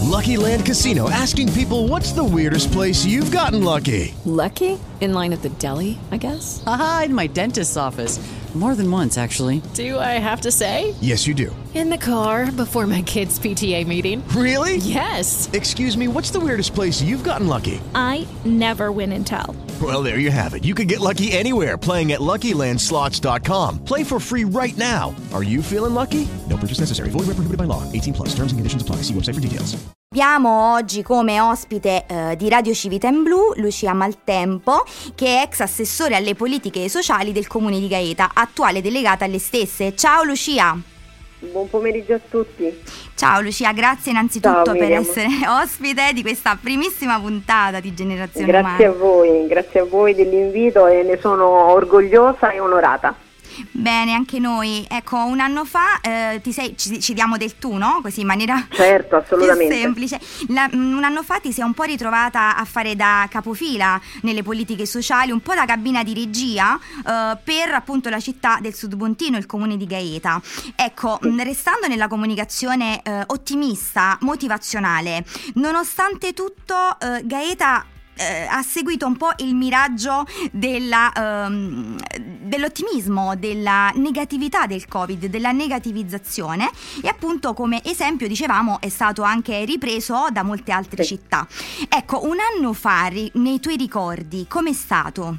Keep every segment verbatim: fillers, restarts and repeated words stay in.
Lucky Land Casino, asking people, what's the weirdest place you've gotten lucky? Lucky? In line at the deli, I guess? Aha, in my dentist's office. More than once, actually. Do I have to say? Yes, you do. In the car before my kids' P T A meeting. Really? Yes. Excuse me, what's the weirdest place you've gotten lucky? I never win and tell. Well, there you have it. You can get lucky anywhere, playing at Lucky Land Slots dot com. Play for free right now. Are you feeling lucky? No purchase necessary. Void where prohibited by law. eighteen plus. Terms and conditions apply. See website for details. Abbiamo oggi come ospite eh, di Radio Civita in Blu Lucia Maltempo, che è ex assessore alle politiche sociali del Comune di Gaeta, attuale delegata alle stesse. Ciao Lucia. Buon pomeriggio a tutti. Ciao Lucia, grazie innanzitutto Ciao, per essere ospite di questa primissima puntata di Generazione Grazie Umana. a voi, grazie a voi dell'invito e ne sono orgogliosa e onorata. Bene, anche noi. Ecco, un anno fa eh, ti sei, ci, ci diamo del tu, no? Così in maniera certo, assolutamente. più semplice. La, un anno fa ti sei un po' ritrovata a fare da capofila nelle politiche sociali, un po' da cabina di regia eh, per appunto la città del Sud Pontino, il comune di Gaeta. Ecco, mh, restando nella comunicazione eh, ottimista, motivazionale, nonostante tutto eh, Gaeta Eh, ha seguito un po' il miraggio della, ehm, dell'ottimismo, della negatività del Covid, della negativizzazione, e appunto come esempio dicevamo è stato anche ripreso da molte altre sì. città. Ecco, un anno fa ri- nei tuoi ricordi com'è stato?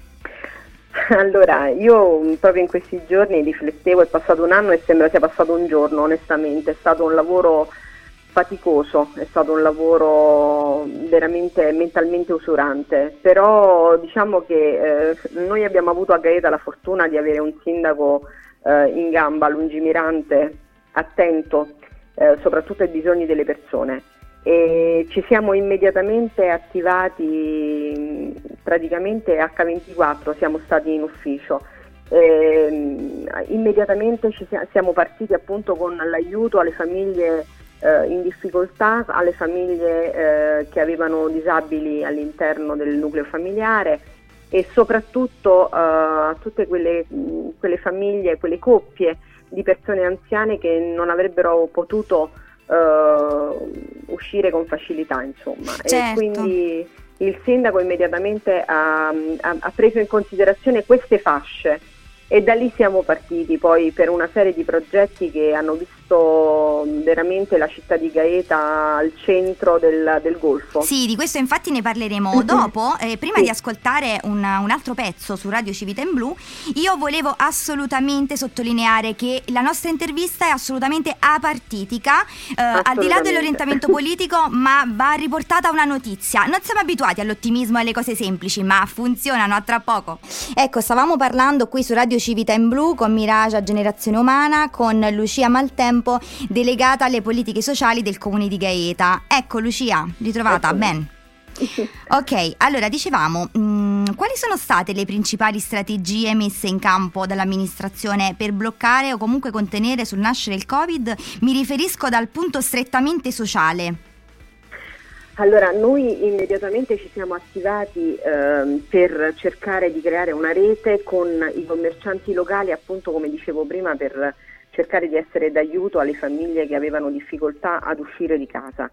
Allora, io proprio in questi giorni riflettevo, è passato un anno e sembra sia passato un giorno, onestamente, è stato un lavoro faticoso, è stato un lavoro veramente mentalmente usurante, però diciamo che eh, noi abbiamo avuto a Gaeta la fortuna di avere un sindaco eh, in gamba, lungimirante, attento eh, soprattutto ai bisogni delle persone, e ci siamo immediatamente attivati, praticamente acca ventiquattro siamo stati in ufficio. Eh, immediatamente ci siamo partiti appunto con l'aiuto alle famiglie Uh, in difficoltà, alle famiglie uh, che avevano disabili all'interno del nucleo familiare e soprattutto uh, a tutte quelle, mh, quelle famiglie, quelle coppie di persone anziane che non avrebbero potuto uh, uscire con facilità, insomma. Certo. E quindi il sindaco immediatamente ha, ha, ha preso in considerazione queste fasce e da lì siamo partiti poi per una serie di progetti che hanno visto veramente la città di Gaeta al centro del, del Golfo. Sì, di questo infatti ne parleremo dopo. Eh, prima sì. di ascoltare un, un altro pezzo su Radio Civita in Blu, io volevo assolutamente sottolineare che la nostra intervista è assolutamente apartitica, eh, al di là dell'orientamento politico, ma va riportata una notizia. Non siamo abituati all'ottimismo e alle cose semplici, ma funzionano. A tra poco. Ecco, stavamo parlando qui su Radio Civita in Blu con Miragia Generazione Umana, con Lucia Maltempo, delegata alle politiche sociali del comune di Gaeta. Ecco Lucia, ritrovata, ecco. Ben. Ok, allora dicevamo, mh, quali sono state le principali strategie messe in campo dall'amministrazione per bloccare o comunque contenere sul nascere il Covid? Mi riferisco dal punto strettamente sociale. Allora, noi immediatamente ci siamo attivati eh, per cercare di creare una rete con i commercianti locali, appunto come dicevo prima, per cercare di essere d'aiuto alle famiglie che avevano difficoltà ad uscire di casa.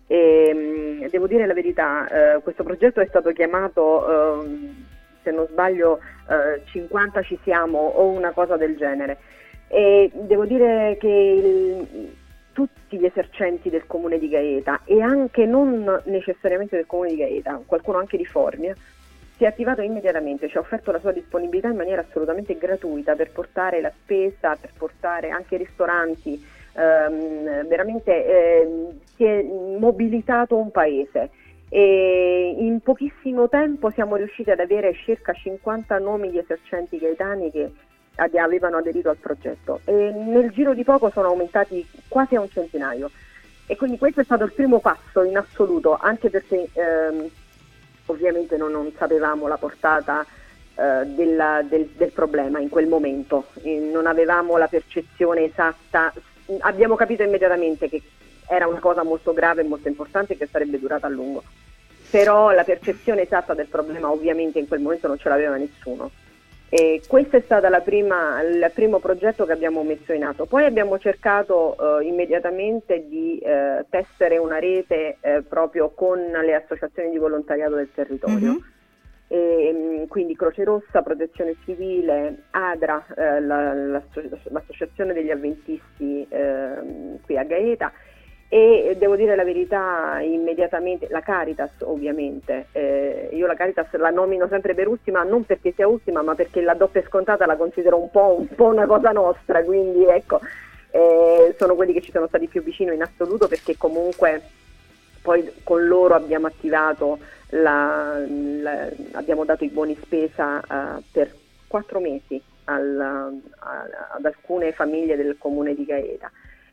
E, devo dire la verità, eh, questo progetto è stato chiamato, eh, se non sbaglio, eh, cinquanta ci siamo o una cosa del genere. E devo dire che il, tutti gli esercenti del comune di Gaeta e anche non necessariamente del comune di Gaeta, qualcuno anche di Formia, si è attivato immediatamente, ci ha offerto la sua disponibilità in maniera assolutamente gratuita per portare la spesa, per portare anche i ristoranti, ehm, veramente eh, si è mobilitato un paese e in pochissimo tempo siamo riusciti ad avere circa cinquanta nomi di esercenti gaetani che avevano aderito al progetto e nel giro di poco sono aumentati quasi a un centinaio e quindi questo è stato il primo passo in assoluto, anche perché ehm, ovviamente non, non sapevamo la portata eh, della, del, del problema in quel momento, e non avevamo la percezione esatta, abbiamo capito immediatamente che era una cosa molto grave e molto importante e che sarebbe durata a lungo, però la percezione esatta del problema ovviamente in quel momento non ce l'aveva nessuno. E questo è stato la prima, il primo progetto che abbiamo messo in atto. Poi abbiamo cercato eh, immediatamente di eh, tessere una rete eh, proprio con le associazioni di volontariato del territorio. Mm-hmm. E, quindi Croce Rossa, Protezione Civile, ADRA, eh, la, l'associazione degli avventisti eh, qui a Gaeta, e devo dire la verità, immediatamente la Caritas, ovviamente. Eh, io la Caritas la nomino sempre per ultima, non perché sia ultima, ma perché la doppia scontata la considero un po', un po' una cosa nostra, quindi ecco, eh, sono quelli che ci sono stati più vicino in assoluto, perché comunque poi con loro abbiamo attivato la, la abbiamo dato i buoni spesa uh, per quattro mesi al, a, ad alcune famiglie del comune di Gaeta.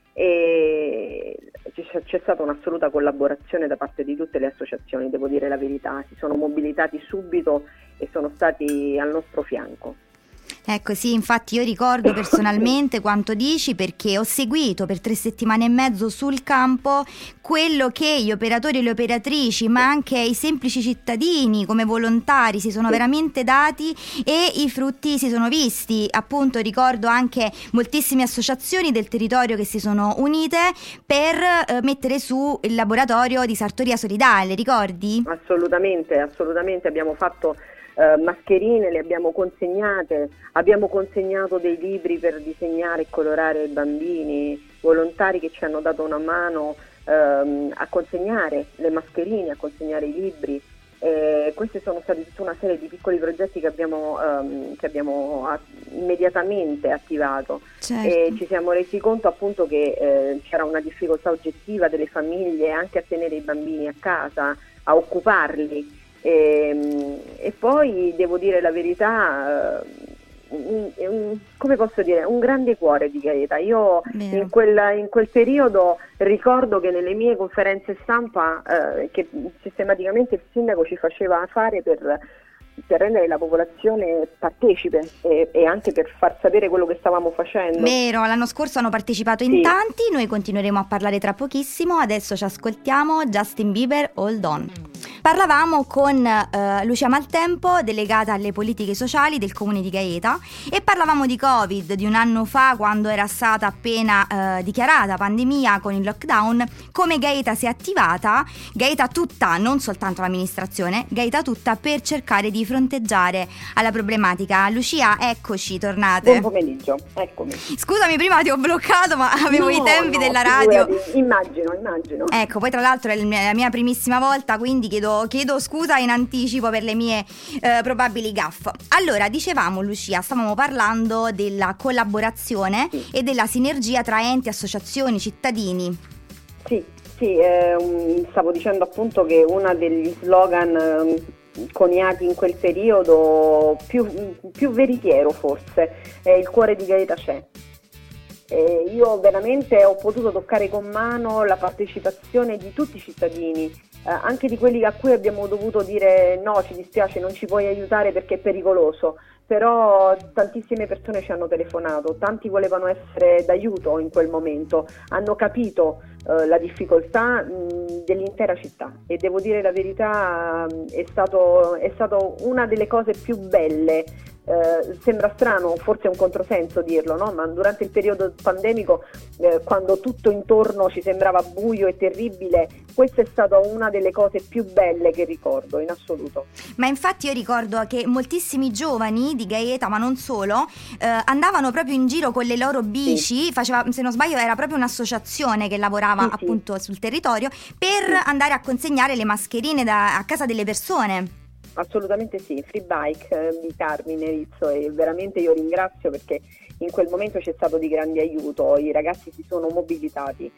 E c'è stata un'assoluta collaborazione da parte di tutte le associazioni, devo dire la verità, si sono mobilitati subito e sono stati al nostro fianco. Ecco, sì, infatti io ricordo personalmente quanto dici, perché ho seguito per tre settimane e mezzo sul campo quello che gli operatori e le operatrici, ma anche i semplici cittadini come volontari si sono veramente dati, e i frutti si sono visti. Appunto ricordo anche moltissime associazioni del territorio che si sono unite per eh, mettere su il laboratorio di sartoria solidale, ricordi? Assolutamente, assolutamente, abbiamo fatto Uh, mascherine, le abbiamo consegnate, abbiamo consegnato dei libri per disegnare e colorare ai bambini, volontari che ci hanno dato una mano uh, a consegnare le mascherine, a consegnare i libri. Eh, questi sono stati tutta una serie di piccoli progetti che abbiamo, um, che abbiamo a- immediatamente attivato. Certo. E ci siamo resi conto appunto che eh, c'era una difficoltà oggettiva delle famiglie anche a tenere i bambini a casa, a occuparli. E, e poi devo dire la verità, un, un, come posso dire, un grande cuore di Gaeta. Io in quel, in quel periodo ricordo che nelle mie conferenze stampa eh, che sistematicamente il sindaco ci faceva fare per, per rendere la popolazione partecipe e, e anche per far sapere quello che stavamo facendo. Vero, l'anno scorso hanno partecipato in sì. tanti, noi continueremo a parlare tra pochissimo, adesso ci ascoltiamo Justin Bieber, Hold On. Parlavamo con uh, Lucia Maltempo, delegata alle politiche sociali del comune di Gaeta, e parlavamo di Covid, di un anno fa, quando era stata appena uh, dichiarata pandemia con il lockdown, come Gaeta si è attivata, Gaeta tutta, non soltanto l'amministrazione, Gaeta tutta, per cercare di fronteggiare alla problematica. Lucia, eccoci, tornate. Buon pomeriggio, eccomi. Scusami, prima ti ho bloccato, ma avevo no, i tempi no, della radio. Immagino, immagino. Ecco, poi tra l'altro è la mia primissima volta, quindi chiedo Chiedo scusa in anticipo per le mie eh, probabili gaffe. Allora, dicevamo, Lucia, stavamo parlando della collaborazione sì. e della sinergia tra enti, associazioni, cittadini. Sì, sì, eh, stavo dicendo appunto che uno degli slogan eh, coniati in quel periodo più, più veritiero forse è il cuore di Gaeta c'è. Eh, io veramente ho potuto toccare con mano la partecipazione di tutti i cittadini, eh, anche di quelli a cui abbiamo dovuto dire no, ci dispiace, non ci puoi aiutare perché è pericoloso, però tantissime persone ci hanno telefonato, tanti volevano essere d'aiuto in quel momento, hanno capito eh, la difficoltà mh, dell'intera città, e devo dire la verità, mh, è stato, è stato una delle cose più belle. Eh, sembra strano, forse è un controsenso dirlo, no? Ma durante il periodo pandemico, eh, quando tutto intorno ci sembrava buio e terribile, questa è stata una delle cose più belle che ricordo in assoluto. Ma infatti io ricordo che moltissimi giovani di Gaeta, ma non solo, eh, andavano proprio in giro con le loro bici, sì. faceva, se non sbaglio era proprio un'associazione che lavorava sì, appunto sì. sul territorio, per sì. andare a consegnare le mascherine da, a casa delle persone. Assolutamente sì, Free Bike eh, di Carmine Rizzo, e veramente io ringrazio perché in quel momento c'è stato di grande aiuto, i ragazzi si sono mobilitati,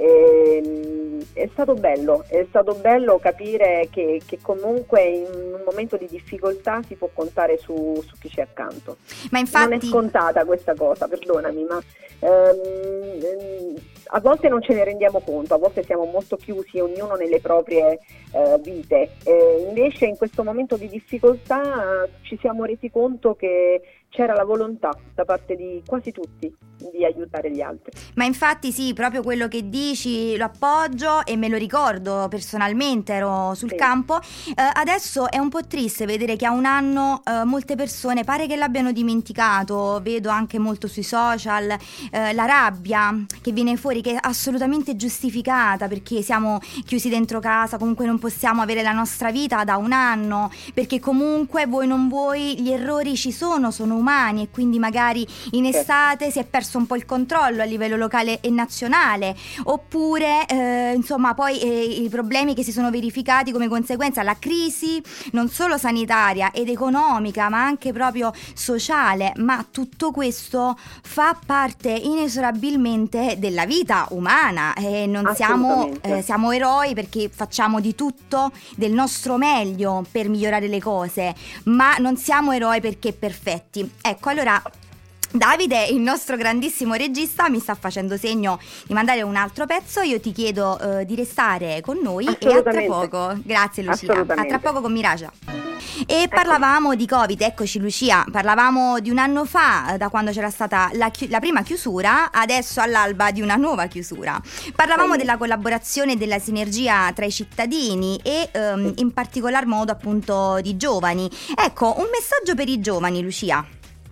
e, è stato bello, è stato bello capire che, che comunque in un momento di difficoltà si può contare su, su chi c'è accanto. Ma infatti... Non è scontata questa cosa, perdonami, ma ehm, a volte non ce ne rendiamo conto, a volte siamo molto chiusi, ognuno nelle proprie eh, vite. Eh, invece in questo momento di difficoltà eh, ci siamo resi conto che c'era la volontà da parte di quasi tutti di aiutare gli altri. Ma infatti sì, proprio quello che dici lo appoggio e me lo ricordo personalmente, ero sul Sì. campo. Eh, adesso è un po' triste vedere che a un anno eh, molte persone pare che l'abbiano dimenticato, vedo anche molto sui social eh, la rabbia che viene fuori, che è assolutamente giustificata, perché siamo chiusi dentro casa, comunque non possiamo avere la nostra vita da un anno, perché comunque vuoi non vuoi gli errori ci sono, sono umani, e quindi magari in estate si è perso un po' il controllo a livello locale e nazionale, oppure eh, insomma poi eh, i problemi che si sono verificati come conseguenza, la crisi non solo sanitaria ed economica ma anche proprio sociale, ma tutto questo fa parte inesorabilmente della vita umana e non siamo, Assolutamente. eh, siamo eroi perché facciamo di tutto del nostro meglio per migliorare le cose, ma non siamo eroi perché perfetti. Ecco, allora Davide, il nostro grandissimo regista, mi sta facendo segno di mandare un altro pezzo. Io ti chiedo eh, di restare con noi e a tra Assolutamente. poco. Grazie Lucia. A Assolutamente. tra poco con Miraja. E parlavamo di Covid, eccoci Lucia, parlavamo di un anno fa, eh, da quando c'era stata la, chi- la prima chiusura, adesso all'alba di una nuova chiusura. Parlavamo Sì. della collaborazizione e della sinergia tra i cittadini e ehm, in particolar modo appunto di giovani. Ecco, un messaggio per i giovani, Lucia.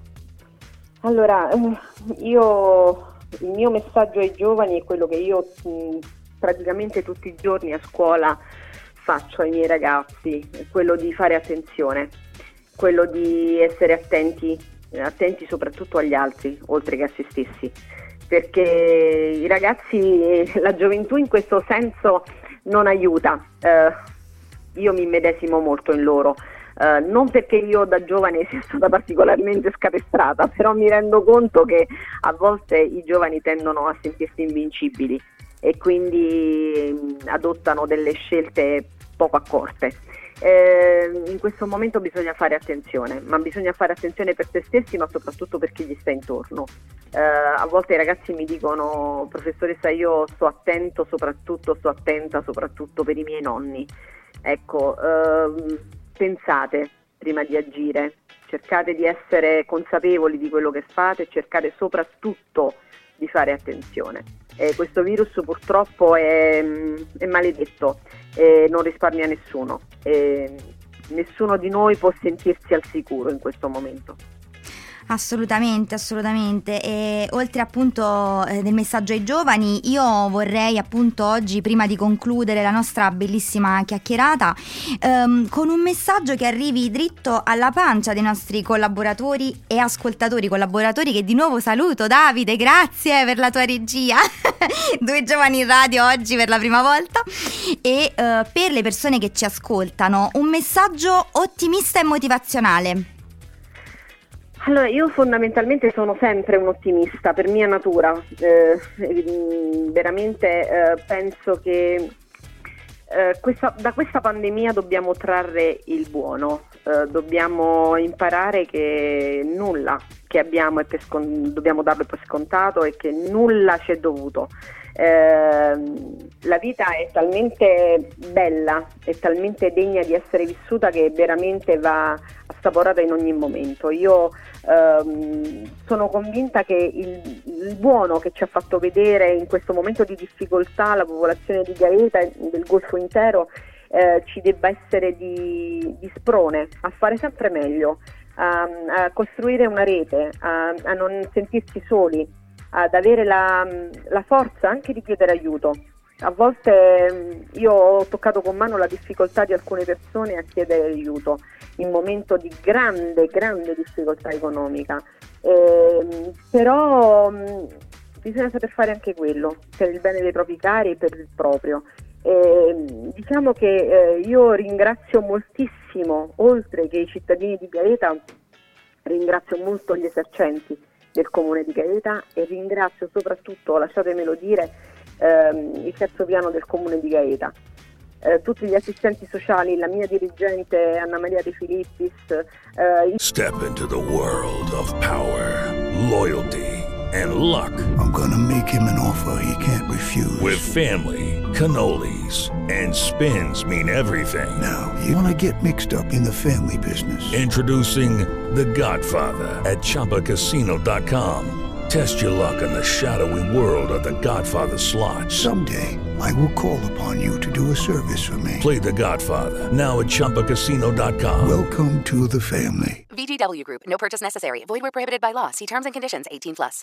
Allora, eh, io il mio messaggio ai giovani è quello che io mh, praticamente tutti i giorni a scuola faccio ai miei ragazzi, è quello di fare attenzione, quello di essere attenti, eh, attenti soprattutto agli altri, oltre che a se stessi, perché i ragazzi, eh, la gioventù in questo senso non aiuta. Eh, io mi immedesimo molto in loro. Uh, non perché io da giovane sia stata particolarmente scapestrata, però mi rendo conto che a volte i giovani tendono a sentirsi invincibili e quindi mh, adottano delle scelte poco accorte. Eh, in questo momento bisogna fare attenzione, ma bisogna fare attenzione per se stessi, ma soprattutto per chi gli sta intorno. Eh, a volte i ragazzi mi dicono: professoressa, io sto attento, soprattutto sto attenta soprattutto per i miei nonni. Ecco, ehm, pensate prima di agire, cercate di essere consapevoli di quello che fate e cercate soprattutto di fare attenzione. Eh, questo virus purtroppo è, è maledetto e non risparmia nessuno. E nessuno di noi può sentirsi al sicuro in questo momento. Assolutamente, assolutamente. E oltre appunto eh, del messaggio ai giovani, io vorrei appunto oggi, prima di concludere la nostra bellissima chiacchierata, ehm, con un messaggio che arrivi dritto alla pancia dei nostri collaboratori e ascoltatori, collaboratori che di nuovo saluto. Davide, grazie per la tua regia. Due giovani in radio oggi per la prima volta. E eh, per le persone che ci ascoltano, un messaggio ottimista e motivazionale. Allora, io fondamentalmente sono sempre un ottimista per mia natura, eh, veramente eh, penso che eh, questa, da questa pandemia dobbiamo trarre il buono, eh, dobbiamo imparare che nulla che abbiamo è per scon- dobbiamo darlo per scontato e che nulla ci è dovuto. Eh, la vita è talmente bella, è talmente degna di essere vissuta che veramente va assaporata in ogni momento. Io ehm, sono convinta che il, il buono che ci ha fatto vedere in questo momento di difficoltà la popolazione di Gaeta e del Golfo intero eh, ci debba essere di, di sprone a fare sempre meglio, a, a costruire una rete, a, a non sentirsi soli, ad avere la, la forza anche di chiedere aiuto. A volte io ho toccato con mano la difficoltà di alcune persone a chiedere aiuto in momento di grande, grande difficoltà economica, eh, però mh, bisogna saper fare anche quello, per il bene dei propri cari e per il proprio. Eh, diciamo che eh, io ringrazio moltissimo, oltre che i cittadini di Gaeta, ringrazio molto gli esercenti del comune di Gaeta e ringrazio soprattutto, lasciatemelo dire, ehm, il terzo piano del comune di Gaeta, eh, tutti gli assistenti sociali, la mia dirigente Anna Maria De Filippis. Eh, Step into the world of power, loyalty and luck. I'm gonna make him an offer he can't refuse. With family, cannolis, and spins mean everything. Now, you wanna get mixed up in the family business. Introducing The Godfather at Chumba Casino dot com. Test your luck in the shadowy world of The Godfather slot. Someday, I will call upon you to do a service for me. Play The Godfather, now at Chumba Casino dot com. Welcome to the family. V G W Group. No purchase necessary. Void where prohibited by law. See terms and conditions. eighteen plus.